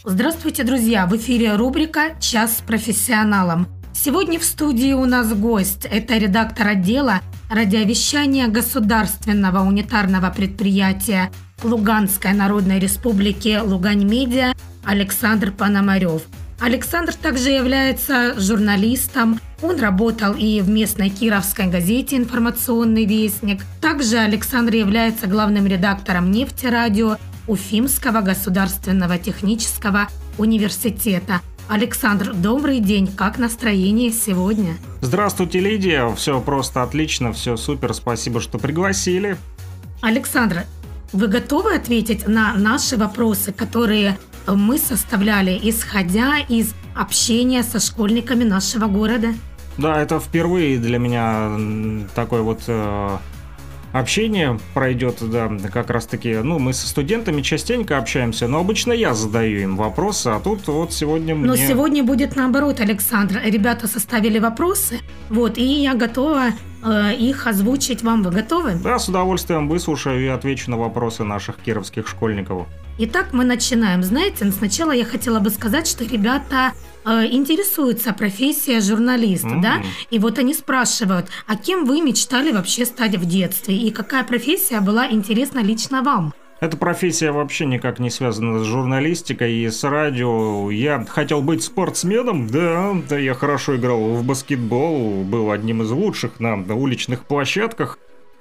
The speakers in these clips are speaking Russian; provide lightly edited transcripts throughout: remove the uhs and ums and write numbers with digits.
Здравствуйте, друзья! В эфире рубрика «Час с профессионалом». Сегодня в студии у нас гость. Это редактор отдела радиовещания Государственного унитарного предприятия Луганской Народной Республики Лугань-Медиа Александр Пономарев. Александр также является журналистом. Он работал и в местной кировской газете «Информационный вестник». Также Александр является главным редактором «Нефтерадио» Уфимского государственного технического университета. Александр, добрый день. Как настроение сегодня? Здравствуйте, Лидия. Все просто отлично, все супер. Спасибо, что пригласили. Александр, вы готовы ответить на наши вопросы, которые мы составляли, исходя из общения со школьниками нашего города? Да, это впервые для меня такой вот общение пройдет, да, как раз таки, мы со студентами частенько общаемся, но обычно я задаю им вопросы, а тут вот сегодня мне... Но сегодня будет наоборот, Александр. Ребята составили вопросы, и я готова их озвучить вам. Вы готовы? Да, с удовольствием выслушаю и отвечу на вопросы наших кировских школьников. Итак, мы начинаем. Знаете, сначала я хотела бы сказать, что ребята интересуются профессией журналиста, да? И вот они спрашивают, а кем вы мечтали вообще стать в детстве? И какая профессия была интересна лично вам? Эта профессия вообще никак не связана с журналистикой и с радио. Я хотел быть спортсменом, да, я хорошо играл в баскетбол, был одним из лучших на уличных площадках.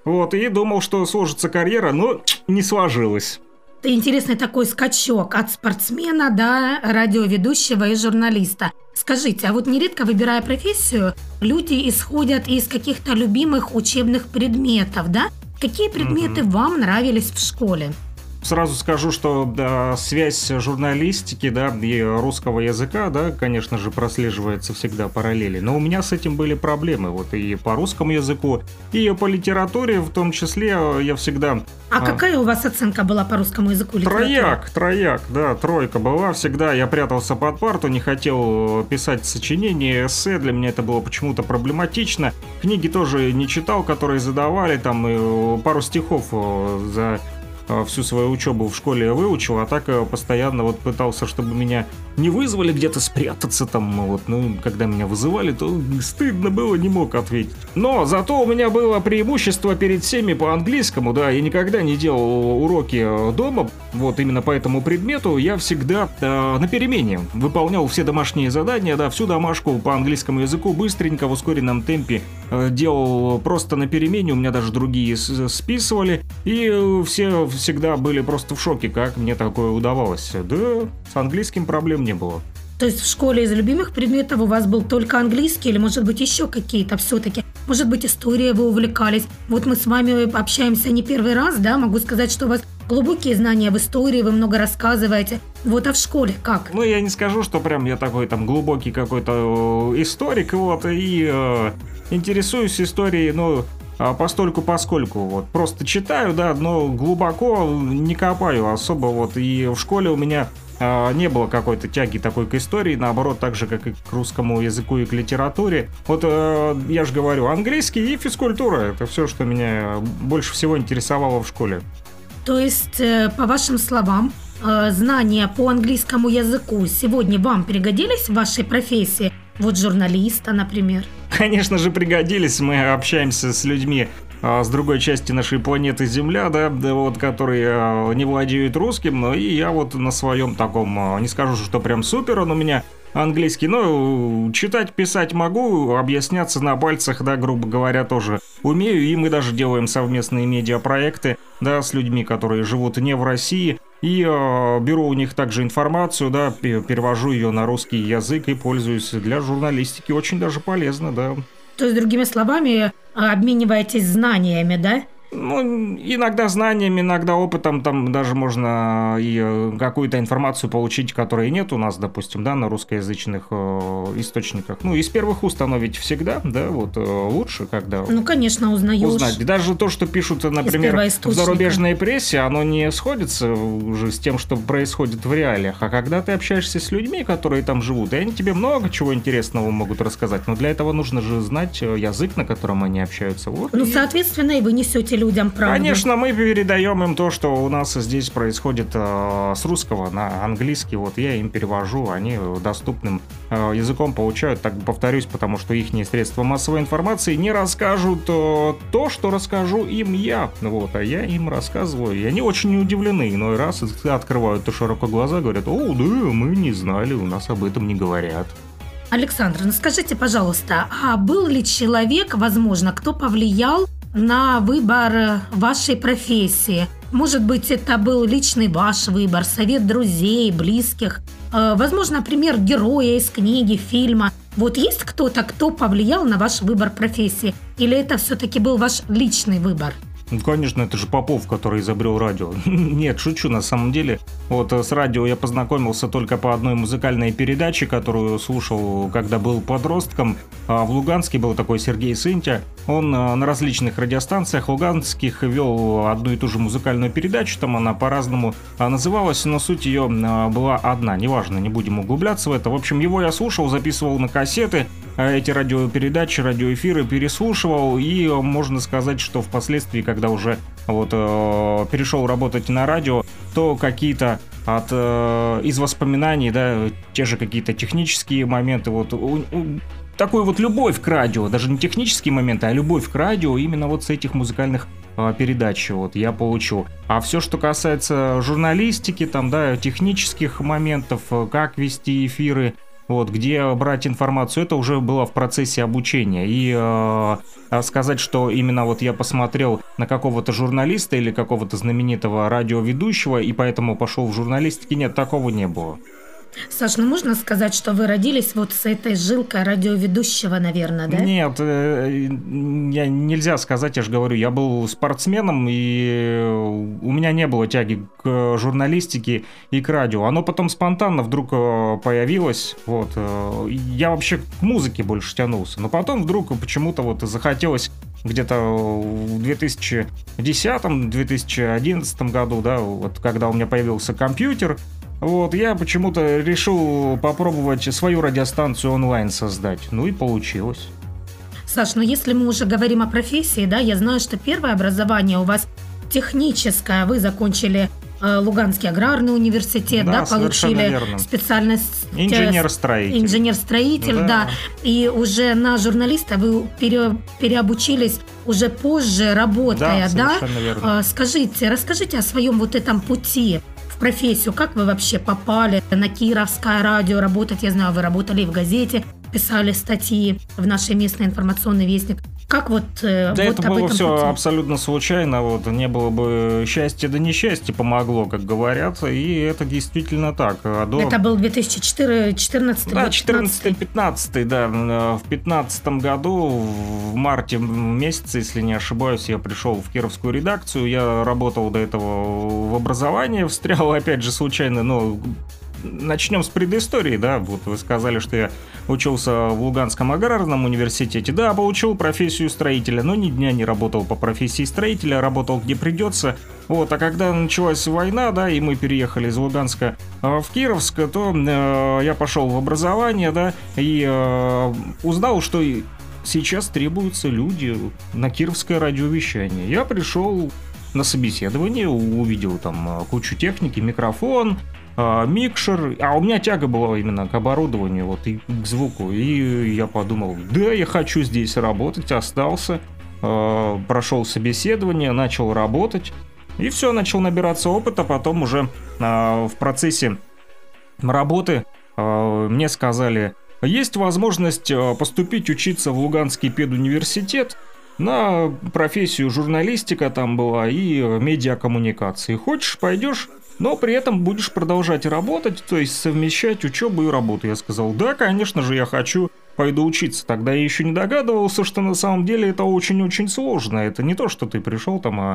И думал, что сложится карьера, но не сложилось. Интересный такой скачок от спортсмена до радиоведущего и журналиста. Скажите, а вот нередко, выбирая профессию, люди исходят из каких-то любимых учебных предметов, да? Какие предметы вам нравились в школе? Сразу скажу, что связь журналистики, и русского языка, конечно же, прослеживается всегда параллели. Но у меня с этим были проблемы. И по русскому языку, и по литературе в том числе я всегда... А какая у вас оценка была по русскому языку? Трояк, тройка была всегда. Я прятался под парту, не хотел писать сочинения, эссе. Для меня это было почему-то проблематично. Книги тоже не читал, которые задавали. Пару стихов за... всю свою учебу в школе я выучил, а так постоянно пытался, чтобы меня не вызвали где-то спрятаться когда меня вызывали, то стыдно было, не мог ответить. Но зато у меня было преимущество перед всеми по английскому, я никогда не делал уроки дома, именно по этому предмету я всегда на перемене выполнял все домашние задания, всю домашку по английскому языку быстренько в ускоренном темпе делал просто на перемене, у меня даже другие списывали, и все всегда были просто в шоке, как мне такое удавалось. Да, с английским проблем не было. То есть в школе из любимых предметов у вас был только английский или, может быть, еще какие-то все-таки? Может быть, историей вы увлекались? Мы с вами общаемся не первый раз, могу сказать, что у вас глубокие знания в истории, вы много рассказываете. А в школе как? Я не скажу, что прям я такой глубокий какой-то историк, и интересуюсь историей, постольку-поскольку. Просто читаю, но глубоко не копаю особо. И в школе у меня не было какой-то тяги такой к истории, наоборот, так же, как и к русскому языку и к литературе. Я же говорю, английский и физкультура — это все, что меня больше всего интересовало в школе. То есть, по вашим словам, знания по английскому языку сегодня вам пригодились в вашей профессии? Журналиста, например. Конечно же, пригодились. Мы общаемся с людьми с другой части нашей планеты Земля, которые не владеют русским, и я на своем таком, не скажу, что прям супер он у меня английский, но читать, писать могу, объясняться на пальцах, грубо говоря, тоже умею, и мы даже делаем совместные медиапроекты, с людьми, которые живут не в России, и беру у них также информацию, перевожу ее на русский язык и пользуюсь для журналистики, очень даже полезно, То есть, другими словами, обмениваетесь знаниями, да? Иногда знаниями, иногда опытом, даже можно и какую-то информацию получить, которой нет у нас, допустим, на русскоязычных источниках. Из первых уст оно ведь всегда, лучше, когда... Конечно, узнаешь. Узнать. Даже то, что пишут, например, в зарубежной прессе, оно не сходится уже с тем, что происходит в реалиях. А когда ты общаешься с людьми, которые там живут, и они тебе много чего интересного могут рассказать, но для этого нужно же знать язык, на котором они общаются. Соответственно, и вы несете людям правду. Конечно, мы передаем им то, что у нас здесь происходит с русского на английский. Вот я им перевожу, они доступным языком получают. Так повторюсь, потому что их средства массовой информации не расскажут то, что расскажу им я. Вот, а я им рассказываю. И они очень удивлены. Иной раз открывают широко глаза, говорят: о, да, мы не знали, у нас об этом не говорят. Александр, ну скажите, пожалуйста, а был ли человек, возможно, кто повлиял на выбор вашей профессии? Может быть, это был личный ваш выбор, совет друзей, близких, возможно, например, героя из книги, фильма. Вот есть кто-то, кто повлиял на ваш выбор профессии? Или это все-таки был ваш личный выбор? Ну, конечно, это же Попов, который изобрел радио. Нет, шучу, на самом деле. Вот с радио я познакомился только по одной музыкальной передаче, которую слушал, когда был подростком. В Луганске был такой Сергей Сынтя. Он на различных радиостанциях луганских вел одну и ту же музыкальную передачу. Там она по-разному называлась, но суть ее была одна. Неважно, не будем углубляться в это. В общем, его я слушал, записывал на кассеты. Эти радиопередачи, радиоэфиры переслушивал. И можно сказать, что впоследствии, когда уже перешел работать на радио, то какие-то из воспоминаний, да, те же какие-то технические моменты, такой вот любовь к радио, даже не технические моменты, а любовь к радио именно вот с этих музыкальных передач вот я получил. А все, что касается журналистики, там, да, технических моментов, как вести эфиры, вот, где брать информацию, это уже было в процессе обучения. И сказать, что именно вот я посмотрел на какого-то журналиста или какого-то знаменитого радиоведущего и поэтому пошел в журналистике, нет, такого не было. Саш, ну можно сказать, что вы родились вот с этой жилкой радиоведущего, наверное, да? Нет, нельзя сказать, я же говорю, я был спортсменом, и у меня не было тяги к журналистике и к радио. Оно потом спонтанно вдруг появилось, вот. Я вообще к музыке больше тянулся, но потом вдруг почему-то вот захотелось где-то в 2010-2011 году, да, вот когда у меня появился компьютер, вот, я почему-то решил попробовать свою радиостанцию онлайн создать. Ну и получилось. Саш, ну если мы уже говорим о профессии, да, я знаю, что первое образование у вас техническое. Вы закончили Луганский аграрный университет, да, получили верно. Специальность инженер-строитель. Инженер-строитель, да. И уже на журналиста вы переобучились уже позже, работая, да? Совершенно верно. Расскажите о своем вот этом пути в профессию. Как вы вообще попали на Кировское радио работать? Я знаю, вы работали и в газете, писали статьи в нашей местной информационный вестник. Как вот да, вот это было все пути? абсолютно случайно. Вот, не было бы счастья, да несчастье помогло, как говорят. И это действительно так. Это был 2014 да, год? 14-15, да. В 2015 году, в марте месяце, если не ошибаюсь, я пришел в кировскую редакцию. Я работал до этого в образовании, встрял опять же случайно, но... Начнем с предыстории, да, вот вы сказали, что я учился в Луганском аграрном университете, да, получил профессию строителя, но ни дня не работал по профессии строителя, работал где придется, вот, а когда началась война, да, и мы переехали из Луганска в Кировск, то я пошел в образование, да, и узнал, что сейчас требуются люди на кировское радиовещание. Я пришел на собеседование, увидел там кучу техники, микрофон, микшер, а у меня тяга была именно к оборудованию, вот, и к звуку, и я подумал, да, я хочу здесь работать, остался, прошел собеседование, начал работать, и все, начал набираться опыта, потом уже в процессе работы мне сказали, есть возможность поступить учиться в Луганский педуниверситет на профессию журналистика там была и медиакоммуникации, хочешь, пойдешь? Но при этом будешь продолжать работать, то есть совмещать учебу и работу. Я сказал, да, конечно же, я хочу, пойду учиться. Тогда я еще не догадывался, что на самом деле это очень-очень сложно. Это не то, что ты пришел там,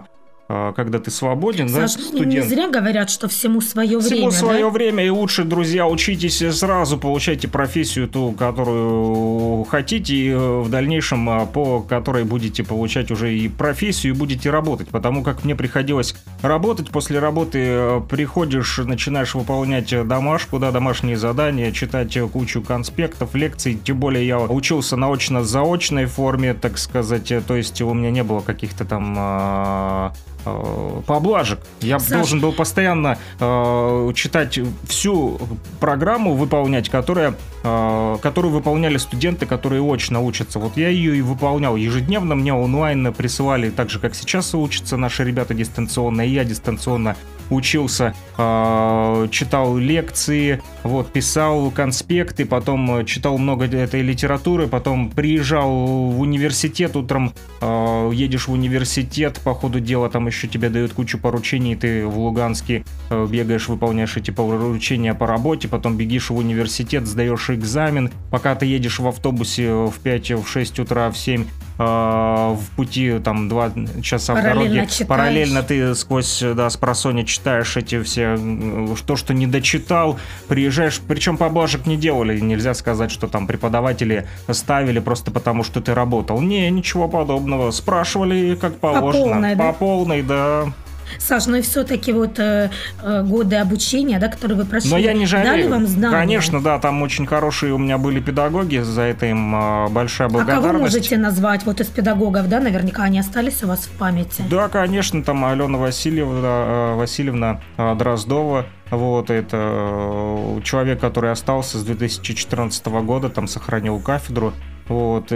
когда ты свободен, Саш, да, не студент. зря говорят, что всему свое время. Всему свое да? время, и лучше, друзья, учитесь сразу, получайте профессию ту, которую хотите, и в дальнейшем по которой будете получать уже и профессию, и будете работать. Потому как мне приходилось работать, после работы приходишь, начинаешь выполнять домашку, да, домашние задания, читать кучу конспектов, лекций. Тем более я учился на очно-заочной форме, так сказать, то есть у меня не было каких-то там поблажек. Я должен был постоянно читать всю программу, выполнять, которую выполняли студенты, которые очно учатся. Вот я ее и выполнял ежедневно, мне онлайн присылали, так же, как сейчас учатся наши ребята дистанционно, и я дистанционно учился, читал лекции, вот, писал конспекты, потом читал много этой литературы, потом приезжал в университет утром, едешь в университет, по ходу дела там еще тебе дают кучу поручений, ты в Луганске бегаешь, выполняешь эти поручения по работе, потом бегишь в университет, сдаешь экзамен, пока ты едешь в автобусе в 5, в 6 утра, в 7, в пути там 2 часа в дороге, параллельно ты сквозь, да, спросонья читаешь эти все, то, что не дочитал, приезжаешь, причем поблажек не делали, нельзя сказать, что там преподаватели ставили просто потому, что ты работал. Не, ничего подобного, спрашивали как положено. По полной, да. Саш, ну и все-таки вот годы обучения, да, которые вы прошли, но я не жалею. Дали вам знания? Конечно, да, там очень хорошие у меня были педагоги, за это им большая благодарность. А кого можете назвать вот из педагогов, да, наверняка они остались у вас в памяти? Да, конечно, там Алена Васильевна Дроздова, вот, это человек, который остался с 2014 года, там сохранил кафедру, вот,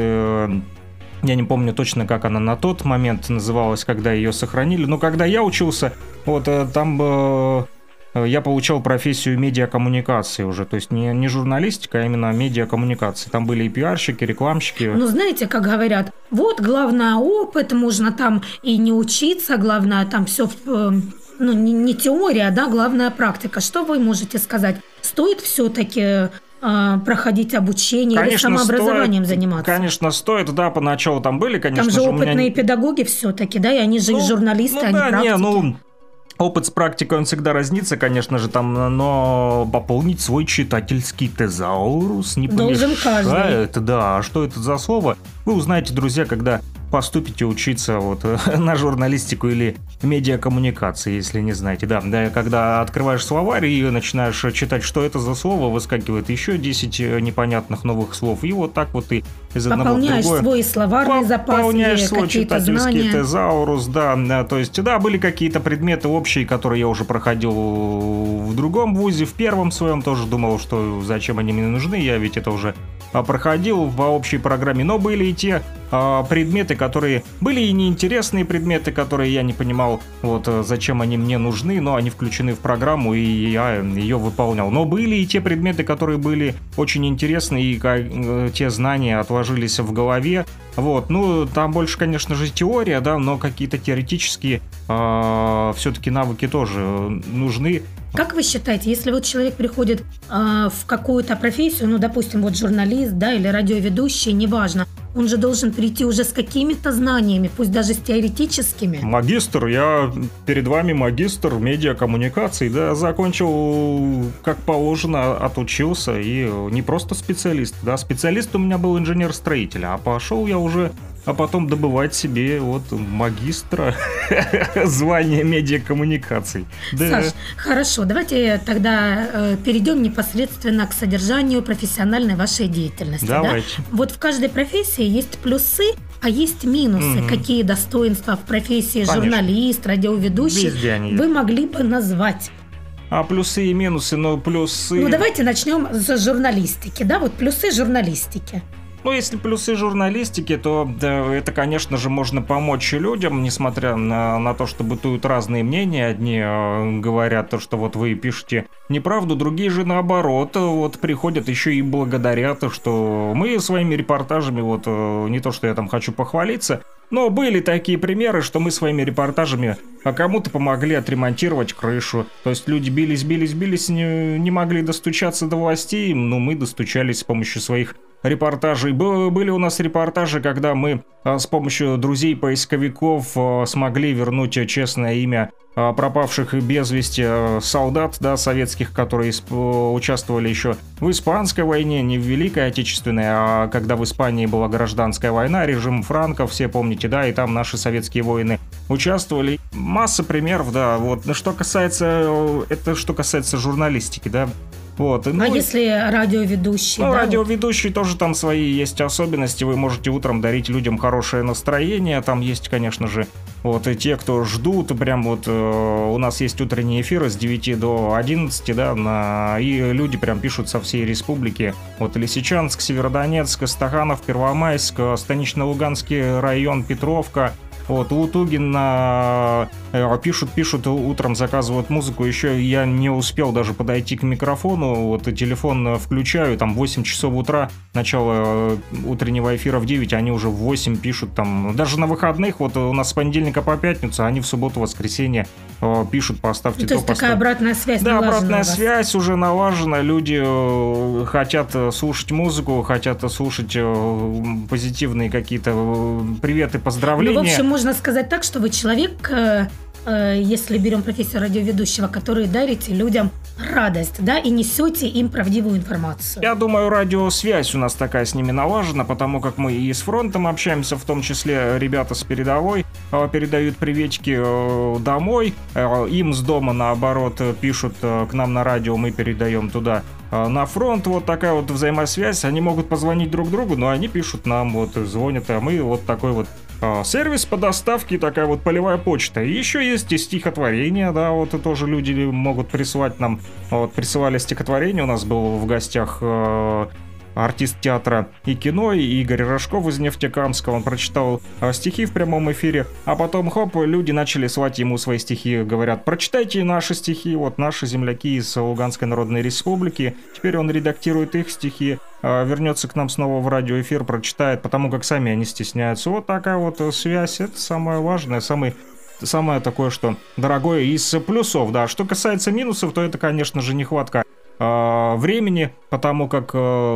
я не помню точно, как она на тот момент называлась, когда ее сохранили. Но когда я учился, вот там я получал профессию медиакоммуникации уже. То есть не журналистика, а именно медиакоммуникации. Там были и пиарщики, рекламщики. Ну, знаете, как говорят, вот, главное, опыт, можно там и не учиться, главное, там все, ну, не теория, да, главная практика. Что вы можете сказать? Стоит все-таки проходить обучение, конечно, или самообразованием заниматься? Конечно, стоит, да, поначалу там были, конечно. Там же опытные педагоги все-таки, да, и они же журналисты, они да, практики. Опыт с практикой, он всегда разнится, конечно же, там, но пополнить свой читательский тезаурус не должен помешает. Каждый. Да, а что это за слово? Вы узнаете, друзья, когда поступите учиться вот на журналистику или медиакоммуникации, если не знаете. Да, когда открываешь словарь и начинаешь читать, что это за слово, выскакивает еще 10 непонятных новых слов. И вот так вот ты из одного в другое. Пополняешь свой словарный запас, пополняешь свой читательский тезаурус, да. То есть, да, были какие-то предметы общие, которые я уже проходил в другом вузе, в первом своем тоже думал, что зачем они мне нужны, я ведь это уже проходил по общей программе, но были и те предметы, которые были и неинтересные предметы, которые я не понимал, вот зачем они мне нужны, но они включены в программу, и я ее выполнял. Но были и те предметы, которые были очень интересны, и те знания отложились в голове. Вот, ну, там больше, конечно же, теория, да, но какие-то теоретические все-таки навыки тоже нужны. Как вы считаете, если вот человек приходит в какую-то профессию, ну, допустим, вот журналист, да, или радиоведущий, неважно, он же должен прийти уже с какими-то знаниями, пусть даже с теоретическими. Магистр, я перед вами магистр медиакоммуникаций, да, закончил как положено, отучился, и не просто специалист, да, специалист у меня был инженер-строитель, а пошел я уже потом добывать себе вот магистра звания медиакоммуникаций. Да. Саш, хорошо, давайте тогда перейдем непосредственно к содержанию профессиональной вашей деятельности. Давайте. Да? Вот в каждой профессии есть плюсы, а есть минусы. Какие достоинства в профессии журналист, радиоведущий вы могли бы назвать? А плюсы и минусы, но плюсы... Ну, давайте начнем с журналистики, да, вот плюсы журналистики. Ну, если плюсы журналистики, то да, это, конечно же, можно помочь людям, несмотря на то, что бытуют разные мнения. Одни говорят, то, что вот вы пишете неправду, другие же наоборот, вот приходят еще и благодарят, что мы своими репортажами, вот не то, что я там хочу похвалиться, но были такие примеры, что мы своими репортажами кому-то помогли отремонтировать крышу. То есть люди бились, не могли достучаться до властей, но мы достучались с помощью своих репортажей. Были у нас репортажи, когда мы с помощью друзей-поисковиков смогли вернуть честное имя пропавших без вести солдат, да, советских, которые участвовали еще в Испанской войне, не в Великой Отечественной, а когда в Испании была гражданская война, режим Франко, все помните, да, и там наши советские воины участвовали. Масса примеров, да, вот. Что касается журналистики, да. Вот. А если радиоведущий? Ну, да, радиоведущий тоже там свои есть особенности. Вы можете утром дарить людям хорошее настроение. Там есть, конечно же, вот и те, кто ждут. Прям вот у нас есть утренние эфиры с 9 до 11, да, и люди прям пишут со всей республики. Вот Лисичанск, Северодонецк, Стаханов, Первомайск, Станично-Луганский район, Петровка. Вот, Лутугин пишут, утром заказывают музыку. Еще я не успел даже подойти к микрофону. Вот, и телефон включаю, там 8 часов утра, начало утреннего эфира в 9, они уже в 8 пишут там. Даже на выходных, вот у нас с понедельника по пятницу, они в субботу-воскресенье пишут, поставьте то есть такая обратная связь налажена. Да, обратная связь уже налажена. Люди хотят слушать музыку, хотят слушать позитивные какие-то приветы, поздравления. Ну, в общем, можно сказать так, что вы человек, если берем профессию радиоведущего, который дарите людям радость, да, и несете им правдивую информацию. Я думаю, радиосвязь у нас такая с ними налажена, потому как мы и с фронтом общаемся, в том числе ребята с передовой передают приветики домой, им с дома, наоборот, пишут к нам на радио, мы передаем туда на фронт. Вот такая вот взаимосвязь. Они могут позвонить друг другу, но они пишут нам, вот звонят, а мы вот такой вот сервис по доставке, такая вот полевая почта. И еще есть и стихотворения, да, вот и тоже люди могут присылать нам. Вот присылали стихотворение, у нас был в гостях артист театра и кино Игорь Рожков из Нефтекамска. Он прочитал стихи в прямом эфире, а потом, хоп, люди начали слать ему свои стихи. Говорят, прочитайте наши стихи, вот наши земляки из Луганской Народной Республики. Теперь он редактирует их стихи, вернется к нам снова в радиоэфир, прочитает, потому как сами они стесняются. Вот такая вот связь, это самое важное, самое такое, что дорогое из плюсов, да. Что касается минусов, то это, конечно же, нехватка времени, потому как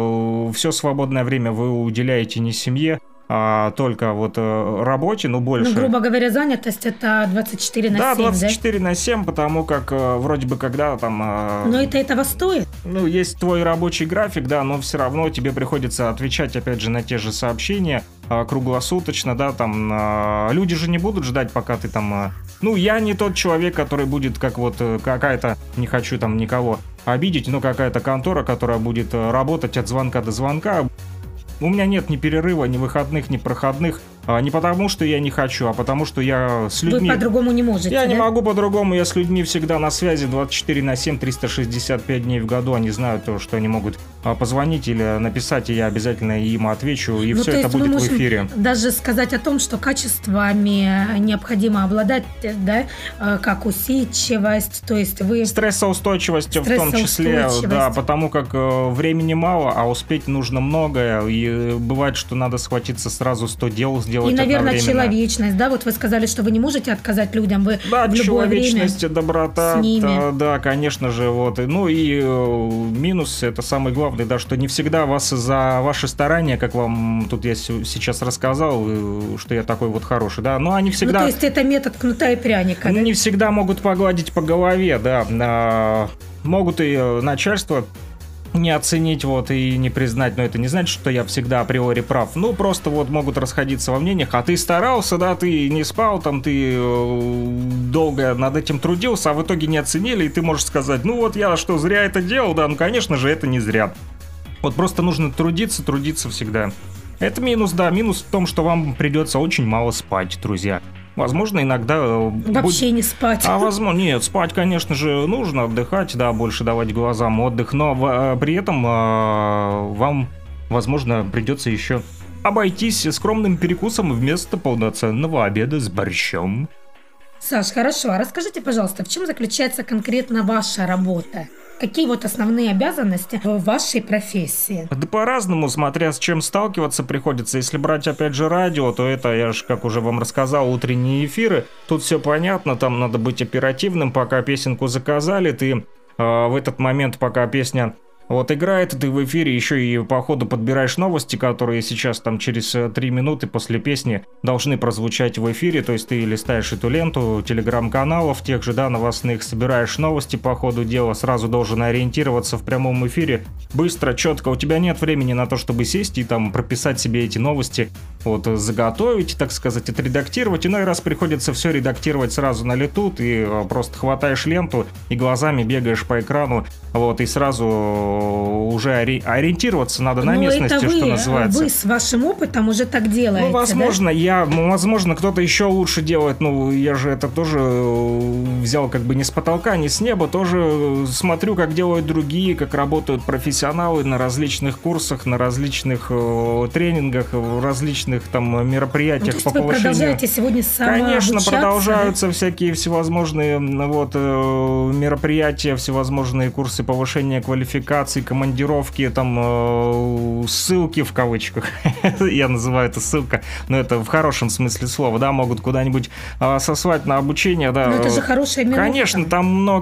все свободное время вы уделяете не семье, а только вот работе, ну больше. Ну, грубо говоря, занятость это 24 на 7, да? 24 на 7, потому как вроде бы когда там... Но это этого стоит? Ну, есть твой рабочий график, да, но все равно тебе приходится отвечать, опять же, на те же сообщения круглосуточно, да, там люди же не будут ждать, пока ты там... Ну, я не тот человек, который будет как вот какая-то, не хочу там никого обидеть, но какая-то контора, которая будет работать от звонка до звонка. У меня нет ни перерыва, ни выходных, ни проходных. Не потому, что я не хочу, а потому, что я с людьми... Вы по-другому не можете, Я не могу по-другому, я с людьми всегда на связи 24 на 7, 365 дней в году. Они знают, что они могут позвонить или написать, и я обязательно им отвечу, и все это будет в эфире. Даже сказать о том, что качествами необходимо обладать, да, как усидчивость, то есть вы... Стрессоустойчивость в том числе, да, потому как времени мало, а успеть нужно многое, и бывает, что надо схватиться сразу 100 дел сделать. И, наверное, человечность, да, вот вы сказали, что вы не можете отказать людям, вы да, в любое человечность, время доброта, с ними. Да, конечно же, вот. Ну и минус, это самый главный, да, что не всегда вас за ваши старания, как вам тут я сейчас рассказал, что я такой вот хороший, да, но они всегда... Ну, то есть это метод кнута и пряника, да? Не всегда могут погладить по голове, да, могут и начальство не оценить вот и не признать, но это не значит, что я всегда априори прав. Ну, просто вот могут расходиться во мнениях, а ты старался, да, ты не спал, там, ты долго над этим трудился, а в итоге не оценили, и ты можешь сказать, ну вот я что, зря это делал, да, ну, конечно же, это не зря. Вот просто нужно трудиться всегда. Это минус, да, минус в том, что вам придется очень мало спать, друзья. Возможно, иногда... Вообще не спать. Возможно, нет, спать, конечно же, нужно, отдыхать, да, больше давать глазам отдых, но при этом вам, возможно, придется еще обойтись скромным перекусом вместо полноценного обеда с борщом. Саш, хорошо, а расскажите, пожалуйста, в чем заключается конкретно ваша работа? Какие вот основные обязанности в вашей профессии? Да по-разному, смотря с чем сталкиваться приходится. Если брать, опять же, радио, то это, я же, как уже вам рассказал, утренние эфиры. Тут все понятно, там надо быть оперативным, пока песенку заказали, ты в этот момент, пока песня Вот играет, ты в эфире еще и по ходу подбираешь новости, которые сейчас там через 3 минуты после песни должны прозвучать в эфире, то есть ты листаешь эту ленту телеграм-каналов тех же, да, новостных, собираешь новости по ходу дела, сразу должен ориентироваться в прямом эфире, быстро, четко, у тебя нет времени на то, чтобы сесть и там прописать себе эти новости, вот, заготовить, так сказать, отредактировать, иной раз приходится все редактировать сразу на лету, ты просто хватаешь ленту и глазами бегаешь по экрану, вот, и сразу уже ориентироваться надо на местности, что называется. Вы с вашим опытом уже так делаете, ну, возможно, да? Возможно, кто-то еще лучше делает, ну, я же это тоже взял как бы не с потолка, не с неба, тоже смотрю, как делают другие, как работают профессионалы на различных курсах, на различных тренингах, в различных там мероприятиях по повышению. Вы продолжаете сегодня самообучаться? Конечно, продолжаются, да? Всякие всевозможные вот мероприятия, всевозможные курсы повышения квалификации, командировки, там ссылки в кавычках, я называю это ссылка, но это в хорошем смысле слова, да, могут куда-нибудь сослать на обучение, да. Но это же хорошая минута. Конечно, там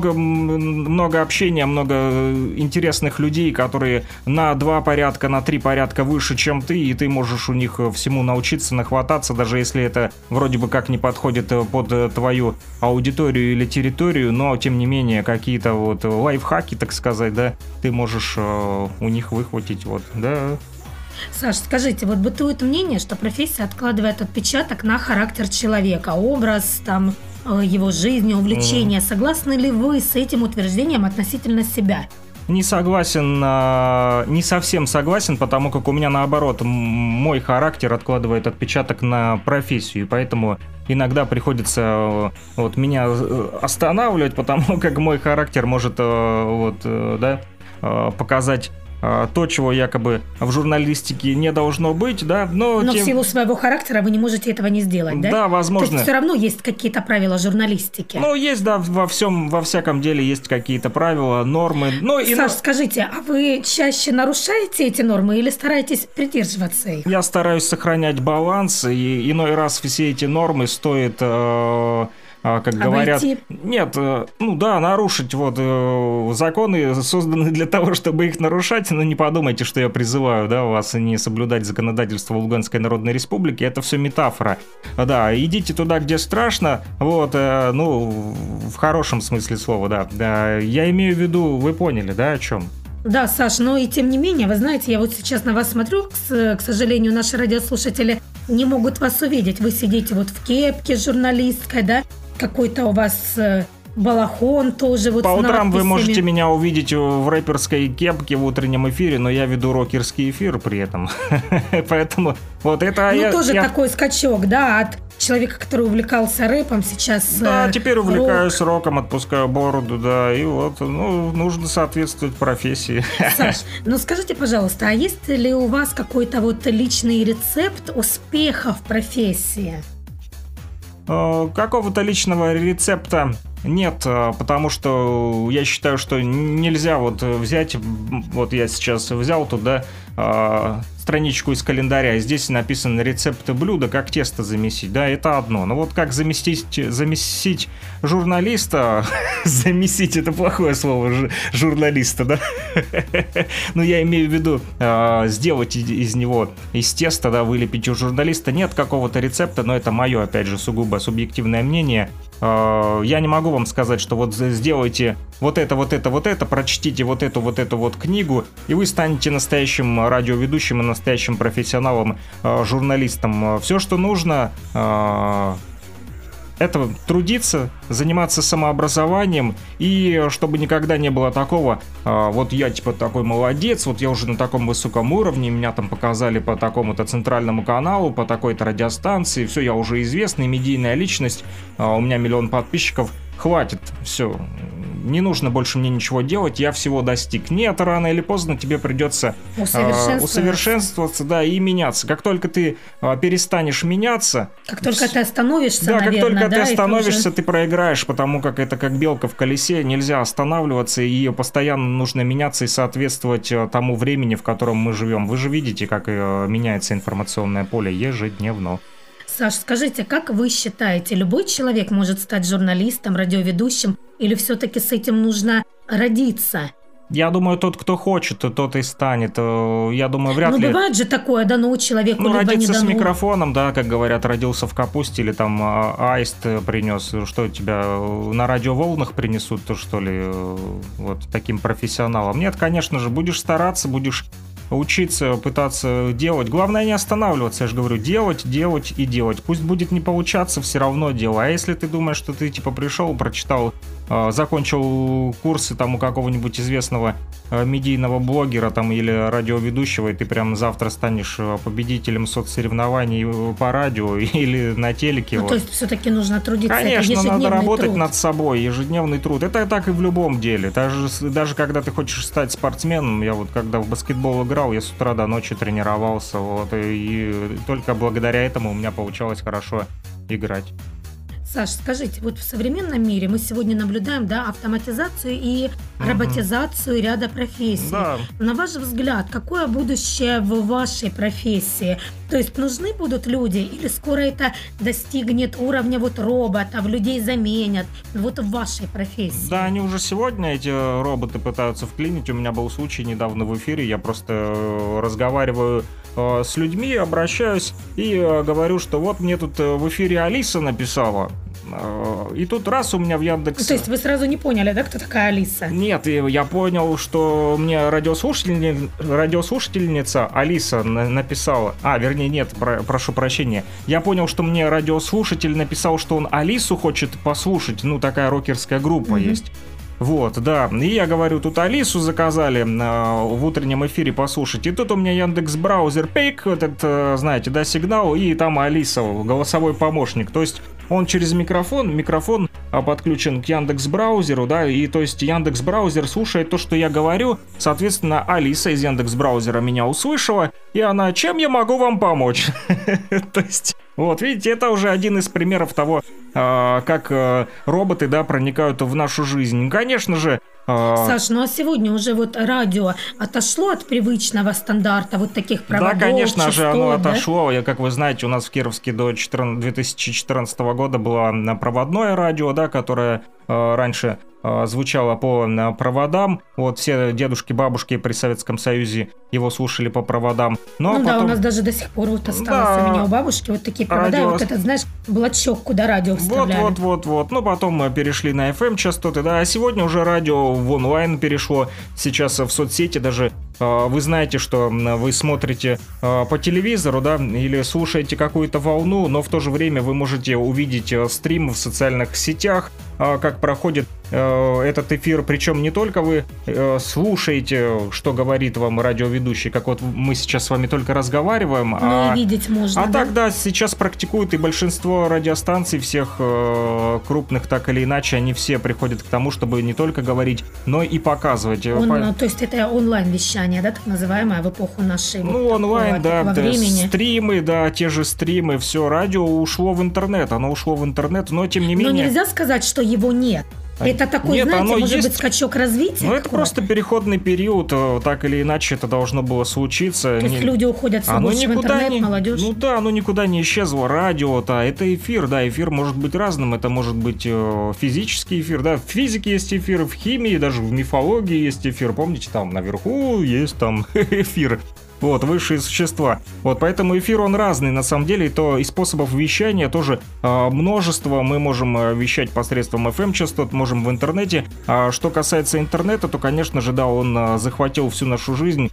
много общения, много интересных людей, которые на 2 порядка, на 3 порядка выше, чем ты, и ты можешь у них всему научиться, нахвататься, даже если это вроде бы как не подходит под твою аудиторию или территорию, но тем не менее какие-то вот лайфхаки, так сказать, да, ты можешь у них выхватить, вот, да. Саш, скажите, вот бытует мнение, что профессия откладывает отпечаток на характер человека, образ, там, его жизни, увлечения. Согласны ли вы с этим утверждением относительно себя? Не согласен, не совсем согласен, потому как у меня наоборот, мой характер откладывает отпечаток на профессию, поэтому иногда приходится вот меня останавливать, потому как мой характер может вот, да, показать то, чего якобы в журналистике не должно быть, да, но в силу своего характера вы не можете этого не сделать, да? Да, возможно. То есть все равно есть какие-то правила журналистики. Ну, есть, да, во всяком деле есть какие-то правила, нормы. Саш, скажите, а вы чаще нарушаете эти нормы или стараетесь придерживаться их? Я стараюсь сохранять баланс, и иной раз все эти нормы стоит... как говорят, нет, ну да, нарушить, вот, законы созданы для того, чтобы их нарушать, но не подумайте, что я призываю, да, вас не соблюдать законодательство Луганской Народной Республики, это все метафора, да, идите туда, где страшно, вот, ну, в хорошем смысле слова, да, я имею в виду, вы поняли, да, о чем? Да, Саш, но и тем не менее, вы знаете, я вот сейчас на вас смотрю, к сожалению, наши радиослушатели не могут вас увидеть, вы сидите вот в кепке журналистской, да, какой-то у вас балахон тоже вот. По с утрам надписями. Вы можете меня увидеть в рэперской кепке в утреннем эфире, но я веду рокерский эфир при этом. Поэтому вот это... Ну, тоже такой скачок, да, от человека, который увлекался рэпом, сейчас... Да, теперь увлекаюсь роком, отпускаю бороду, да, и вот, ну, нужно соответствовать профессии. Саш, ну скажите, пожалуйста, а есть ли у вас какой-то вот личный рецепт успеха в профессии? Какого-то личного рецепта нет, потому что я считаю, что нельзя вот взять, вот я сейчас взял туда страничку из календаря, здесь написано рецепты блюда, как тесто замесить, да, это одно. Но вот как замесить журналиста, замесить это плохое слово, журналиста, да, но я имею в виду сделать из него, из теста, да, вылепить у журналиста, нет какого-то рецепта, но это мое, опять же, сугубо субъективное мнение. Я не могу вам сказать, что вот сделайте вот это, прочтите вот эту книгу, и вы станете настоящим радиоведущим и настоящим профессионалом, журналистом. Все, что нужно, это трудиться, заниматься самообразованием, и чтобы никогда не было такого, вот я типа такой молодец, вот я уже на таком высоком уровне, меня там показали по такому-то центральному каналу, по такой-то радиостанции, все, я уже известный, медийная личность, у меня 1 миллион подписчиков, хватит, все, не нужно больше мне ничего делать, я всего достиг. Нет, рано или поздно тебе придется усовершенствоваться, да, и меняться. Как только ты перестанешь меняться... Как только ты остановишься, да, наверное, как только ты остановишься, ты проиграешь, потому как это как белка в колесе, нельзя останавливаться, и постоянно нужно меняться и соответствовать тому времени, в котором мы живем. Вы же видите, как меняется информационное поле ежедневно. Саш, скажите, как вы считаете, любой человек может стать журналистом, радиоведущим, или все-таки с этим нужно родиться? Я думаю, тот, кто хочет, тот и станет. Я думаю, вряд ли... Ну, бывает же такое, дано человеку, либо не родиться с дано. микрофоном, да, как говорят, родился в капусте или там аист принес. Что тебя на радиоволнах принесут, то что ли, вот таким профессионалом? Нет, конечно же, будешь стараться, будешь учиться, пытаться делать. Главное не останавливаться, я же говорю, делать и делать. Пусть будет не получаться, все равно делай. А если ты думаешь, что ты типа пришел, прочитал, закончил курсы там у какого-нибудь известного медийного блогера там или радиоведущего, и ты прям завтра станешь победителем соцсоревнований по радио или на телеке. Ну, вот. То есть все-таки нужно трудиться. Конечно, надо работать труд. над собой, ежедневный труд. Это так и в любом деле. Даже когда ты хочешь стать спортсменом, я вот когда в баскетбол играл, я с утра до ночи тренировался, вот, и только благодаря этому у меня получалось хорошо играть. Саш, скажите, вот в современном мире мы сегодня наблюдаем, да, автоматизацию и роботизацию ряда профессий. Да. На ваш взгляд, какое будущее в вашей профессии? То есть нужны будут люди или скоро это достигнет уровня вот роботов, людей заменят вот в вашей профессии? Да, они уже сегодня, эти роботы, пытаются вклинить. У меня был случай недавно в эфире, я просто разговариваю с людьми, обращаюсь и говорю, что вот мне тут в эфире Алиса написала. И тут раз у меня в Яндекс... То есть вы сразу не поняли, да, кто такая Алиса? Нет, я понял, что мне радиослушательница Алиса написала... Вернее, нет, прошу прощения. Я понял, что мне радиослушатель написал, что он Алису хочет послушать. Ну, такая рокерская группа есть. Вот, да. И я говорю, тут Алису заказали в утреннем эфире послушать. И тут у меня Яндекс.Браузер пейк, этот, знаете, да, сигнал, и там Алиса, голосовой помощник. То есть он через микрофон подключен к Яндекс.Браузеру, да, и то есть Яндекс.Браузер слушает то, что я говорю. Соответственно, Алиса из Яндекс.Браузера меня услышала, и она, чем я могу вам помочь? То есть, вот, видите, это уже один из примеров того, как роботы, да, проникают в нашу жизнь. Конечно же... Саш, ну а сегодня уже вот радио отошло от привычного стандарта вот таких проводов, да, конечно частот, же, оно да? отошло. Как вы знаете, у нас в Кировске до 2014 года было проводное радио, да, которое раньше звучало по проводам. Вот все дедушки, бабушки при Советском Союзе его слушали по проводам. Но ну потом... да, у нас даже до сих пор вот осталось Да. у меня у бабушки вот такие провода, Радио... вот этот, знаешь, блочок, куда радио вставляли. Вот. Ну, потом мы перешли на FM-частоты, да, а сегодня уже радио в онлайн перешло. Сейчас в соцсети даже вы знаете, что вы смотрите по телевизору, да, или слушаете какую-то волну, но в то же время вы можете увидеть стрим в социальных сетях, как проходит этот эфир. Причем не только вы слушаете, что говорит вам радиоведущий, как вот мы сейчас с вами только разговариваем, но и видеть можно. Тогда сейчас практикуют и большинство радиостанций всех крупных, так или иначе, они все приходят к тому, чтобы не только говорить, но и показывать. То есть это онлайн-вещание, да, так называемое, в эпоху нашей. Ну, онлайн, да, времени. Стримы, да, те же стримы, все, радио ушло в интернет, оно ушло в интернет, но тем не менее... Но нельзя сказать, что его нет. Это такой, Нет, знаете, может есть... быть, скачок развития? Ну, это просто переходный период, так или иначе это должно было случиться. То есть люди уходят все больше в интернет, молодежь? Ну да, оно никуда не исчезло. Радио-то, это эфир, да, эфир может быть разным. Это может быть физический эфир, да, в физике есть эфир, в химии, даже в мифологии есть эфир. Помните, там наверху есть там эфир. Вот, высшие существа. Вот, поэтому эфир, он разный, на самом деле, то и способов вещания тоже множество. Мы можем вещать посредством FM-частот, можем в интернете. А что касается интернета, то, конечно же, да, он захватил всю нашу жизнь,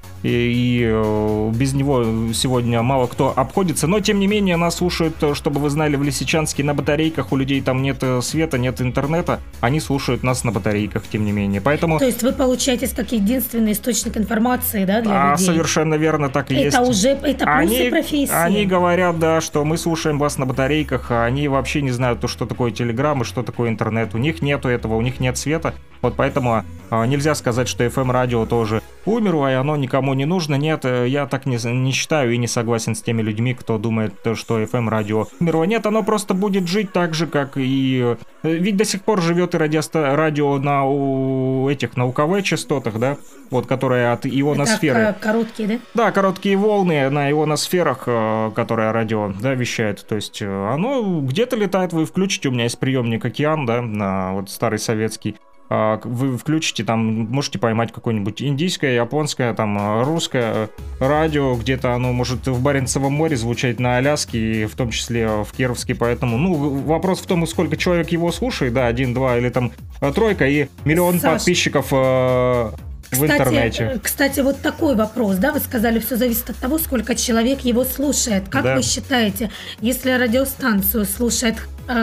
и без него сегодня мало кто обходится. Но, тем не менее, нас слушают, чтобы вы знали, в Лисичанске на батарейках. У людей там нет света, нет интернета. Они слушают нас на батарейках, тем не менее. Поэтому... То есть вы получаетесь как единственный источник информации, да, для людей? Совершенно верно. Так и есть. Это плюсы профессии. Они говорят, да, что мы слушаем вас на батарейках, а они вообще не знают, что такое Телеграм и что такое интернет. У них нету этого, у них нет света. Вот поэтому нельзя сказать, что FM-радио тоже умерло, и оно никому не нужно. Нет, я так не считаю и не согласен с теми людьми, кто думает, что FM-радио умерло. Нет, оно просто будет жить так же, как и... Ведь до сих пор живет и радио на этих, на УКВ-частотах, да, вот, которые от ионосферы. Это короткие, да? Да, короткие волны на ионосферах, которые радио, да, вещает. То есть оно где-то летает, вы включите, у меня есть приемник «Океан», да, вот старый советский. вы включите, там можете поймать какое-нибудь индийское, японское, там русское радио, где-то оно может в Баренцевом море звучать, на Аляске, и в том числе в Кировске, поэтому, ну, вопрос в том, сколько человек его слушает, да, 1, 2 или там тройка, и миллион подписчиков в интернете. Кстати, вот такой вопрос, да, вы сказали, все зависит от того, сколько человек его слушает. Как вы считаете, если радиостанцию слушает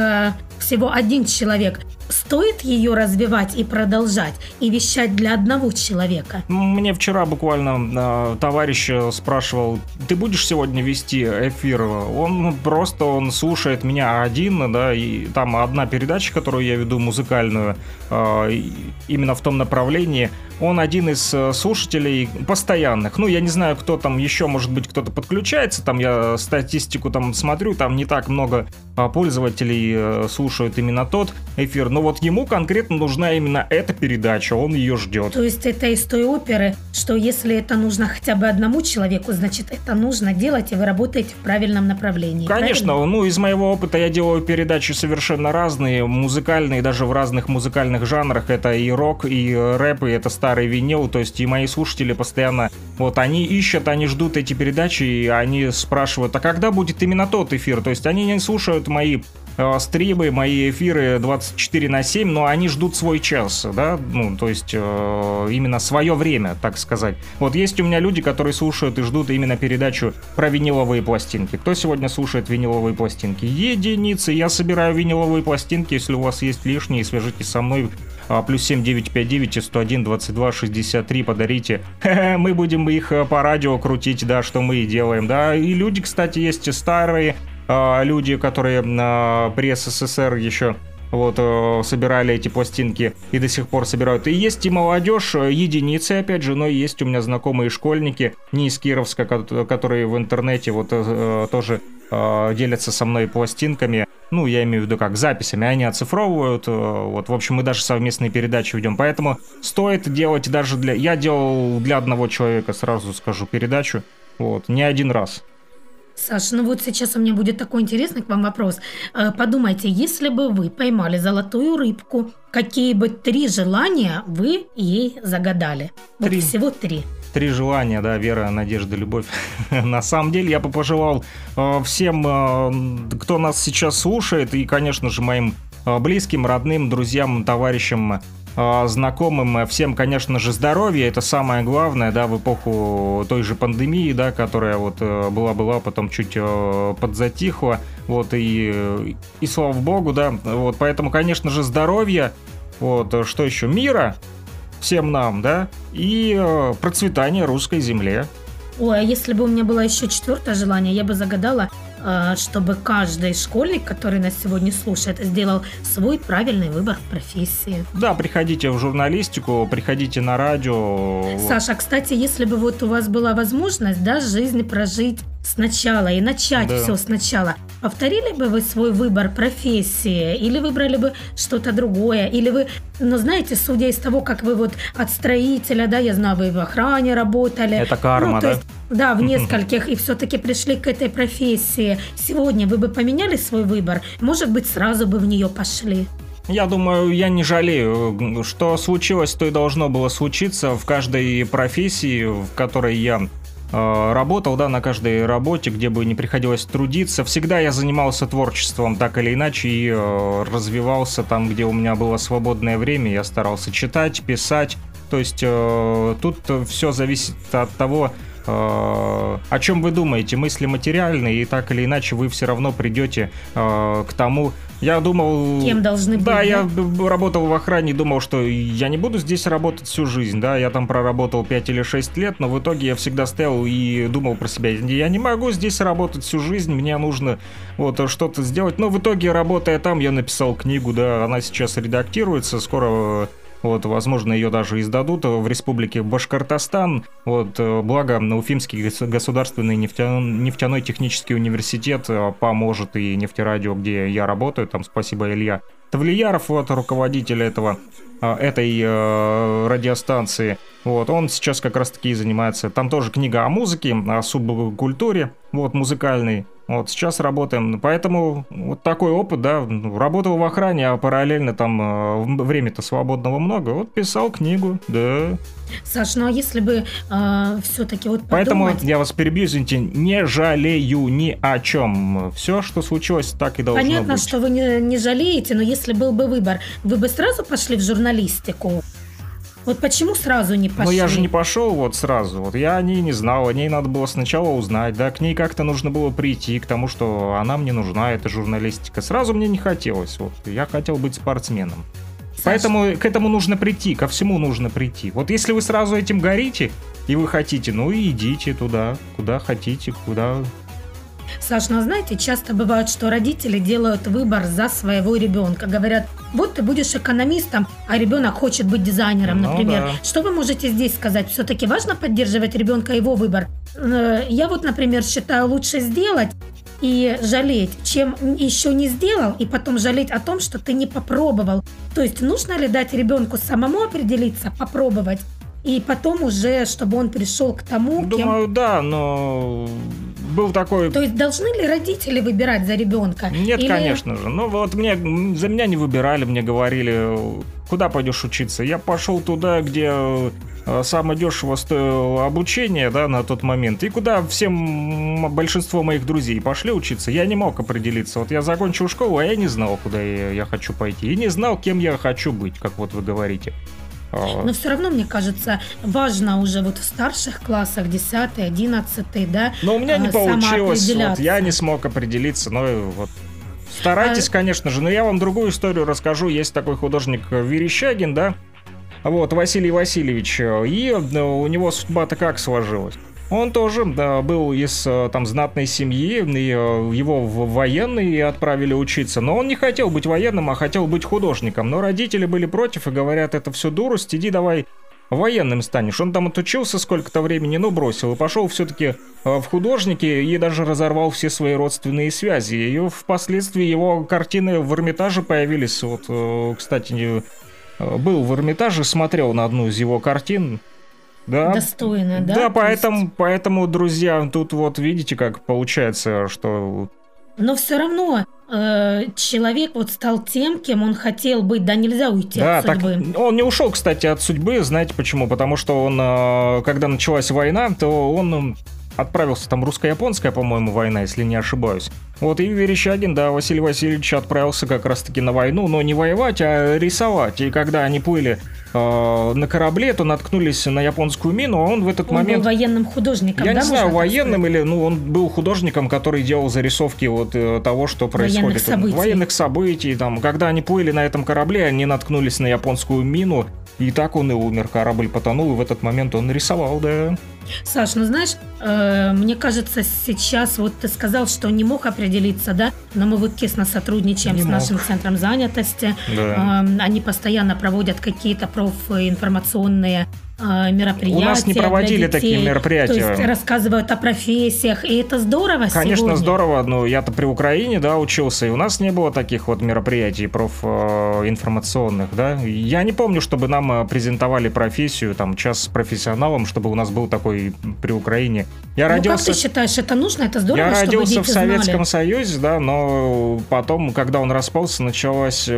всего один человек, стоит ее развивать и продолжать, и вещать для одного человека? Мне вчера буквально товарищ спрашивал: ты будешь сегодня вести эфир? Он слушает меня один, да, и там одна передача, которую я веду, музыкальную, именно в том направлении. Он один из слушателей постоянных. Ну, я не знаю, кто там еще, может быть, кто-то подключается. Там я статистику там смотрю, там не так много пользователей слушают именно тот эфир. Но вот ему конкретно нужна именно эта передача, он ее ждет. То есть это из той оперы, что если это нужно хотя бы одному человеку, значит, это нужно делать, и вы работаете в правильном направлении. Конечно, правильно? Ну, из моего опыта я делаю передачи совершенно разные, музыкальные, даже в разных музыкальных жанрах. Это и рок, и рэп, и это старый винил. То есть и мои слушатели постоянно, вот, они ищут, они ждут эти передачи, и они спрашивают, а когда будет именно тот эфир? То есть они не слушают мои стримы, мои эфиры 24/7, но они ждут свой час, да, ну, то есть именно свое время, так сказать. Вот есть у меня люди, которые слушают и ждут именно передачу про виниловые пластинки. Кто сегодня слушает виниловые пластинки? Единицы. Я собираю виниловые пластинки, если у вас есть лишние, свяжитесь со мной. +7 959 101 22 63 подарите. Мы будем их по радио крутить, да, что мы и делаем, да. И люди, кстати, есть старые, люди, которые при СССР еще вот собирали эти пластинки и до сих пор собирают. И есть и молодежь, единицы, опять же, но есть у меня знакомые школьники, не из Кировска, которые в интернете вот тоже делятся со мной пластинками. Ну, я имею в виду как записями, они оцифровывают. Вот, в общем, мы даже совместные передачи ведем. Поэтому стоит делать даже для... Я делал для одного человека, сразу скажу, передачу. Вот, не один раз. Саш, ну вот сейчас у меня будет такой интересный к вам вопрос. Подумайте, если бы вы поймали золотую рыбку, какие бы 3 желания вы ей загадали? 3. Вот всего 3. 3 желания, да, вера, надежда, любовь. На самом деле я бы пожелал всем, кто нас сейчас слушает, и, конечно же, моим близким, родным, друзьям, товарищам, знакомым, всем, конечно же, здоровья, это самое главное, да, в эпоху той же пандемии, да, которая вот была, потом чуть подзатихла, вот, и слава богу, да, вот, поэтому, конечно же, здоровья, вот, что еще, мира всем нам, да, и процветания русской земле. Ой, а если бы у меня было еще 4-е желание, я бы загадала, чтобы каждый школьник, который нас сегодня слушает, сделал свой правильный выбор в профессии. Да, приходите в журналистику, приходите на радио. Саша, кстати, если бы вот у вас была возможность, да, жизнь прожить сначала и начать все сначала, повторили бы вы свой выбор профессии или выбрали бы что-то другое? Или вы, ну, знаете, судя из того, как вы вот от строителя, да, я знаю, вы в охране работали. Это карма, ну, то есть, да, в нескольких, и все-таки пришли к этой профессии. Сегодня вы бы поменяли свой выбор? Может быть, сразу бы в нее пошли? Я думаю, я не жалею. Что случилось, то и должно было случиться в каждой профессии, в которой я работал, да, на каждой работе, где бы не приходилось трудиться. Всегда я занимался творчеством, так или иначе, и развивался там, где у меня было свободное время. Я старался читать, писать. То есть тут все зависит от того, о чем вы думаете, мысли материальные, и так или иначе вы все равно придете к тому. Я думал... Кем должны быть, да? Я работал в охране, думал, что я не буду здесь работать всю жизнь, да, я там проработал 5 или 6 лет, но в итоге я всегда стоял и думал про себя, я не могу здесь работать всю жизнь, мне нужно вот что-то сделать, но в итоге, работая там, я написал книгу, да, она сейчас редактируется, скоро... Вот, возможно, ее даже издадут в республике Башкортостан. Вот, благо, Уфимский государственный нефтяной технический университет поможет, и нефтерадио, где я работаю, там, спасибо, Илья Тавлияров, вот, руководитель этой радиостанции. Вот, он сейчас как раз-таки занимается. Там тоже книга о музыке, о субкультуре, вот, музыкальной. Вот сейчас работаем, поэтому вот такой опыт, да, работал в охране, а параллельно там времени-то свободного много, вот писал книгу, да. Саш, ну а если бы все-таки вот подумать... Поэтому я вас перебью, извините, не жалею ни о чем. Все, что случилось, так и должно быть. Понятно, что вы не жалеете, но если был бы выбор, вы бы сразу пошли в журналистику? Вот почему сразу не пошли? Ну, я же не пошел вот сразу. Вот я о ней не знал, о ней надо было сначала узнать, да, к ней как-то нужно было прийти, к тому, что она мне нужна, эта журналистика. Сразу мне не хотелось, вот, я хотел быть спортсменом. Саша. Поэтому к этому нужно прийти, ко всему нужно прийти. Вот если вы сразу этим горите, и вы хотите, ну и идите туда, куда хотите, куда... Саш, ну знаете, часто бывает, что родители делают выбор за своего ребенка. Говорят, вот ты будешь экономистом, а ребенок хочет быть дизайнером, например. Да. Что вы можете здесь сказать? Все-таки важно поддерживать ребенка, его выбор. Я вот, например, считаю, лучше сделать и жалеть, чем еще не сделал, и потом жалеть о том, что ты не попробовал. То есть нужно ли дать ребенку самому определиться, попробовать, и потом уже, чтобы он пришел к тому, Думаю, да, но был такой... То есть должны ли родители выбирать за ребенка? Нет, конечно же. Ну вот за меня не выбирали, мне говорили, куда пойдешь учиться. Я пошел туда, где самое дешево стоило обучение, да, на тот момент, и куда большинство моих друзей пошли учиться. Я не мог определиться. Вот я закончил школу, а я не знал, куда я хочу пойти. И не знал, кем я хочу быть, как вот вы говорите. Но все равно, мне кажется, важно уже вот в старших классах, 10, 11, да. Но у меня не получилось, вот я не смог определиться, но вот старайтесь, конечно же, но я вам другую историю расскажу. Есть такой художник Верещагин, да, вот, Василий Васильевич, и у него судьба-то как сложилась. Он тоже был из там знатной семьи, и его в военные отправили учиться, но он не хотел быть военным, а хотел быть художником. Но родители были против и говорят, это все дурость, иди давай военным станешь. Он там отучился сколько-то времени, но бросил и пошел все-таки в художники и даже разорвал все свои родственные связи. И впоследствии его картины в Эрмитаже появились. Вот, кстати, был в Эрмитаже, смотрел на одну из его картин. Да, достойно, да? Да, поэтому, друзья, тут вот видите, как получается, что... Но все равно человек вот стал тем, кем он хотел быть, да, нельзя уйти от судьбы. Так, он не ушел, кстати, от судьбы, знаете почему? Потому что он, когда началась война, то он отправился, там русско-японская, по-моему, война, если не ошибаюсь. Вот и Верещагин, да, Василий Васильевич отправился как раз-таки на войну, но не воевать, а рисовать. И когда они плыли на корабле, то наткнулись на японскую мину, а он в этот момент... Он был военным художником, я не знаю, военным или... Ну, он был художником, который делал зарисовки вот того, что происходит. Военных событий. Там, когда они плыли на этом корабле, они наткнулись на японскую мину, и так он и умер. Корабль потонул, и в этот момент он рисовал, да. Саш, ну знаешь, мне кажется, сейчас вот ты сказал, что не мог определиться, да, но мы вот тесно сотрудничаем с нашим центром занятости. Да. Они постоянно проводят какие-то профинформационные мероприятия. У нас не проводили такие мероприятия. То есть рассказывают о профессиях, и это здорово. Конечно, сегодня. Здорово, но я-то при Украине, да, учился, и у нас не было таких вот мероприятий профинформационных, да. Я не помню, чтобы нам презентовали профессию, там, час с профессионалом, чтобы у нас был такой при Украине. Как ты считаешь, это нужно, это здорово, я чтобы родился дети в Советском знали? Союзе, да, но потом, когда он распался, началась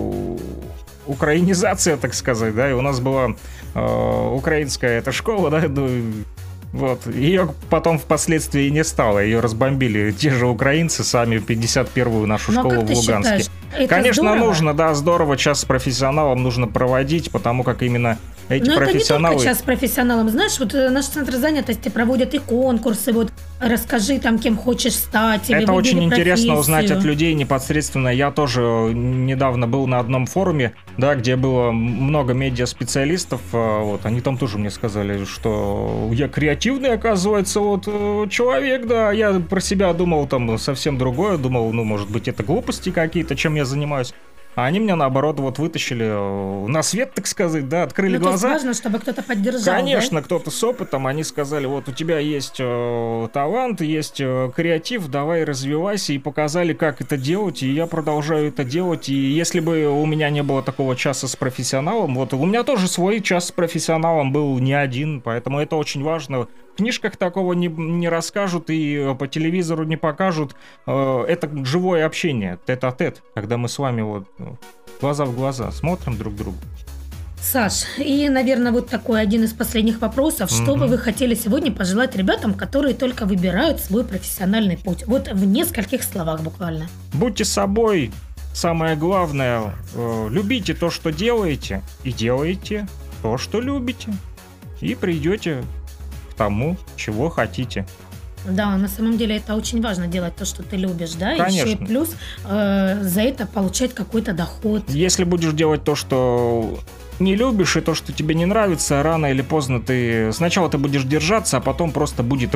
украинизация, так сказать, да, и у нас была украинская эта школа, да, вот, ее потом впоследствии не стало, ее разбомбили те же украинцы сами, 51-ю нашу школу в Луганске. Конечно, здорово? Нужно, да, здорово, час с профессионалом нужно проводить, потому как именно эти профессионалы... Но это не только час с профессионалом, знаешь, вот наш центр занятости проводят и конкурсы, вот расскажи там, кем хочешь стать, или это очень интересно профессию. Узнать от людей непосредственно. Я тоже недавно был на одном форуме, да, где было много медиаспециалистов, вот, они там тоже мне сказали, что я креативный, оказывается, вот, человек, да, я про себя думал там совсем другое, думал, ну, может быть, это глупости какие-то, чем я занимаюсь. А они меня, наоборот, вот вытащили на свет, так сказать, да, открыли глаза. То есть важно, чтобы кто-то поддержал, конечно, да? кто-то с опытом, они сказали, вот у тебя есть талант, есть креатив, давай развивайся, и показали, как это делать, и я продолжаю это делать, и если бы у меня не было такого часа с профессионалом, вот у меня тоже свой час с профессионалом был не один, поэтому это очень важно. В книжках такого не расскажут и по телевизору не покажут. Это живое общение, тет-а-тет, когда мы с вами вот глаза в глаза смотрим друг другу. Саш, и, наверное, вот такой один из последних вопросов. Что бы вы хотели сегодня пожелать ребятам, которые только выбирают свой профессиональный путь? Вот в нескольких словах буквально. Будьте собой. Самое главное, любите то, что делаете, и делайте то, что любите. И придете к тому, чего хотите. Да, на самом деле это очень важно, делать то, что ты любишь, да? Конечно. Еще и плюс за это получать какой-то доход. Если будешь делать то, что не любишь, и то, что тебе не нравится, рано или поздно сначала ты будешь держаться, а потом просто будет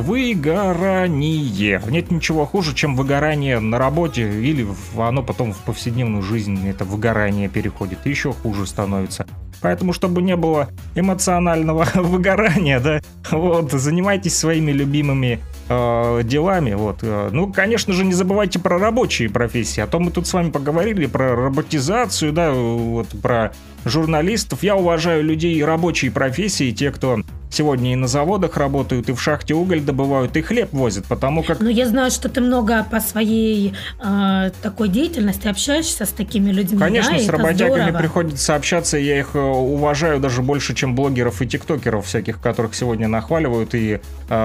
выгорание. Нет ничего хуже, чем выгорание на работе, или оно потом в повседневную жизнь, это выгорание переходит, и еще хуже становится. Поэтому, чтобы не было эмоционального выгорания, да, вот, занимайтесь своими любимыми делами, вот. Ну, конечно же, не забывайте про рабочие профессии, а то мы тут с вами поговорили про роботизацию, да, вот, про журналистов. Я уважаю людей рабочие профессии, те, кто сегодня и на заводах работают, и в шахте уголь добывают, и хлеб возят, потому как... Ну, я знаю, что ты много по своей такой деятельности общаешься с такими людьми. Конечно, да? с работягами здорово. приходится общаться, я их уважаю даже больше, чем блогеров и тиктокеров всяких, которых сегодня нахваливают, и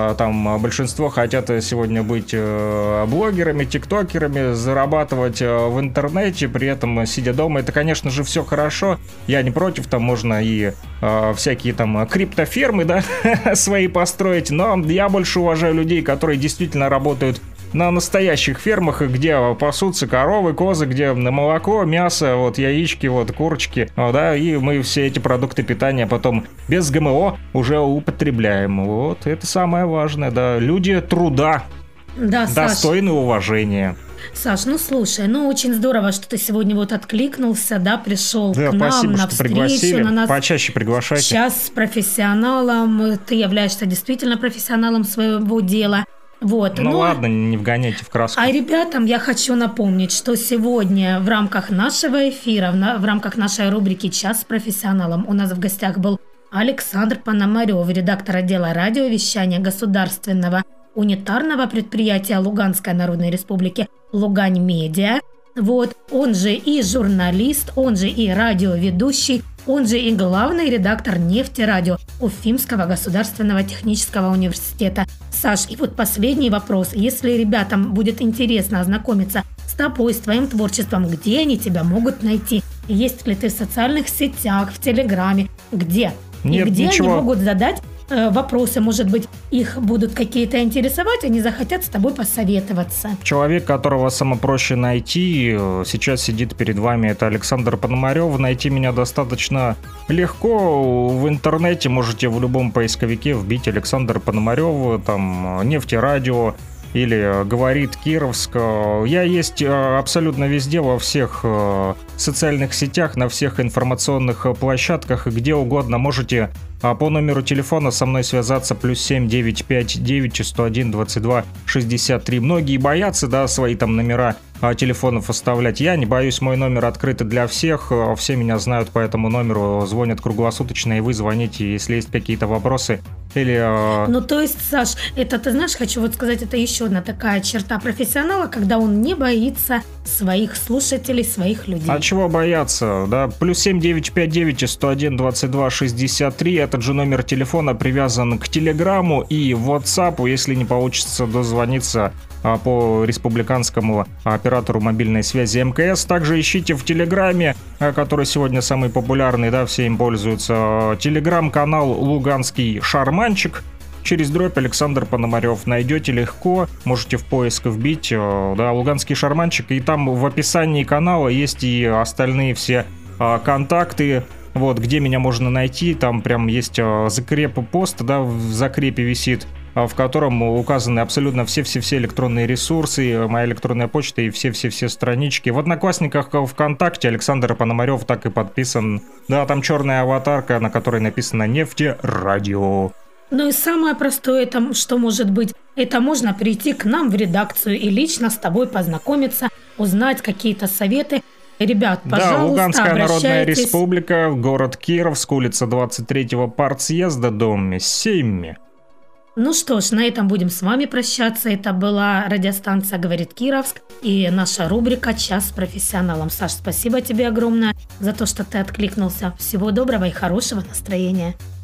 там большинство хотят сегодня быть блогерами, тиктокерами, зарабатывать в интернете, при этом сидя дома. Это, конечно же, все хорошо, я не против, там можно и всякие там криптофермы, да, свои построить, но я больше уважаю людей, которые действительно работают на настоящих фермах, где пасутся коровы, козы, где молоко, мясо, вот яички, вот курочки, да, и мы все эти продукты питания потом без ГМО уже употребляем. Вот это самое важное, да, люди труда, да, достойны уважения. Саш, ну слушай, ну очень здорово, что ты сегодня вот откликнулся, да, пришел к нам спасибо, на что встречу, пригласили. на нас. Почаще приглашайте. Сейчас с профессионалом, ты являешься действительно профессионалом своего дела. Вот, ну ладно, не вгоняйте в краску. А ребятам я хочу напомнить, что сегодня в рамках нашего эфира, в рамках нашей рубрики «Час с профессионалом» у нас в гостях был Александр Пономарев, редактор отдела радиовещания государственного унитарного предприятия Луганской Народной Республики Лугань Медиа. Вот, он же и журналист, он же и радиоведущий, он же и главный редактор «Нефтерадио» Уфимского государственного технического университета. Саш, и вот последний вопрос. Если ребятам будет интересно ознакомиться с тобой, с твоим творчеством, где они тебя могут найти? Есть ли ты в социальных сетях, в Телеграме? Где? Нет, и где ничего. они могут задать вопросы, может быть, их будут какие-то интересовать, они захотят с тобой посоветоваться. Человек, которого самое проще найти, сейчас сидит перед вами, это Александр Пономарев. Найти меня достаточно легко в интернете, можете в любом поисковике вбить Александр Пономарев, там «Нефтерадио» или «Говорит Кировск». Я есть абсолютно везде, во всех социальных сетях, на всех информационных площадках, где угодно можете по номеру телефона со мной связаться, +7 959 101 22 63. Многие боятся, да, свои там номера телефонов оставлять. Я не боюсь, мой номер открыт для всех, все меня знают по этому номеру, звонят круглосуточно, и вы звоните, если есть какие-то вопросы. Или... Ну, то есть, Саш, это, ты знаешь, хочу вот сказать, это еще одна такая черта профессионала, когда он не боится своих слушателей, своих людей. А чего бояться, да? +7 959 101 22 63. Этот же номер телефона привязан к Телеграму и WhatsApp. Если не получится дозвониться по республиканскому оператору мобильной связи МКС, также ищите в Телеграме, который сегодня самый популярный, да, все им пользуются, Телеграм-канал «Луганский шарманчик». Через дробь Александр Пономарев найдете легко, можете в поиск вбить, да, «Луганский шарманчик», и там в описании канала есть и остальные все контакты, вот, где меня можно найти, там прям есть закреп-пост, да, в закрепе висит, в котором указаны абсолютно все-все-все электронные ресурсы, моя электронная почта и все-все-все странички. В Одноклассниках, ВКонтакте Александр Пономарев так и подписан. Да, там черная аватарка, на которой написано «Нефтерадио». Ну и самое простое, это, что может быть, это можно прийти к нам в редакцию и лично с тобой познакомиться, узнать какие-то советы. Ребят, пожалуйста, да, Луганская Народная обращайтесь. Республика, город Кировск, улица 23-го партсъезда, дом 7. Ну что ж, на этом будем с вами прощаться. Это была радиостанция «Говорит Кировск» и наша рубрика «Час с профессионалом». Саш, спасибо тебе огромное за то, что ты откликнулся. Всего доброго и хорошего настроения.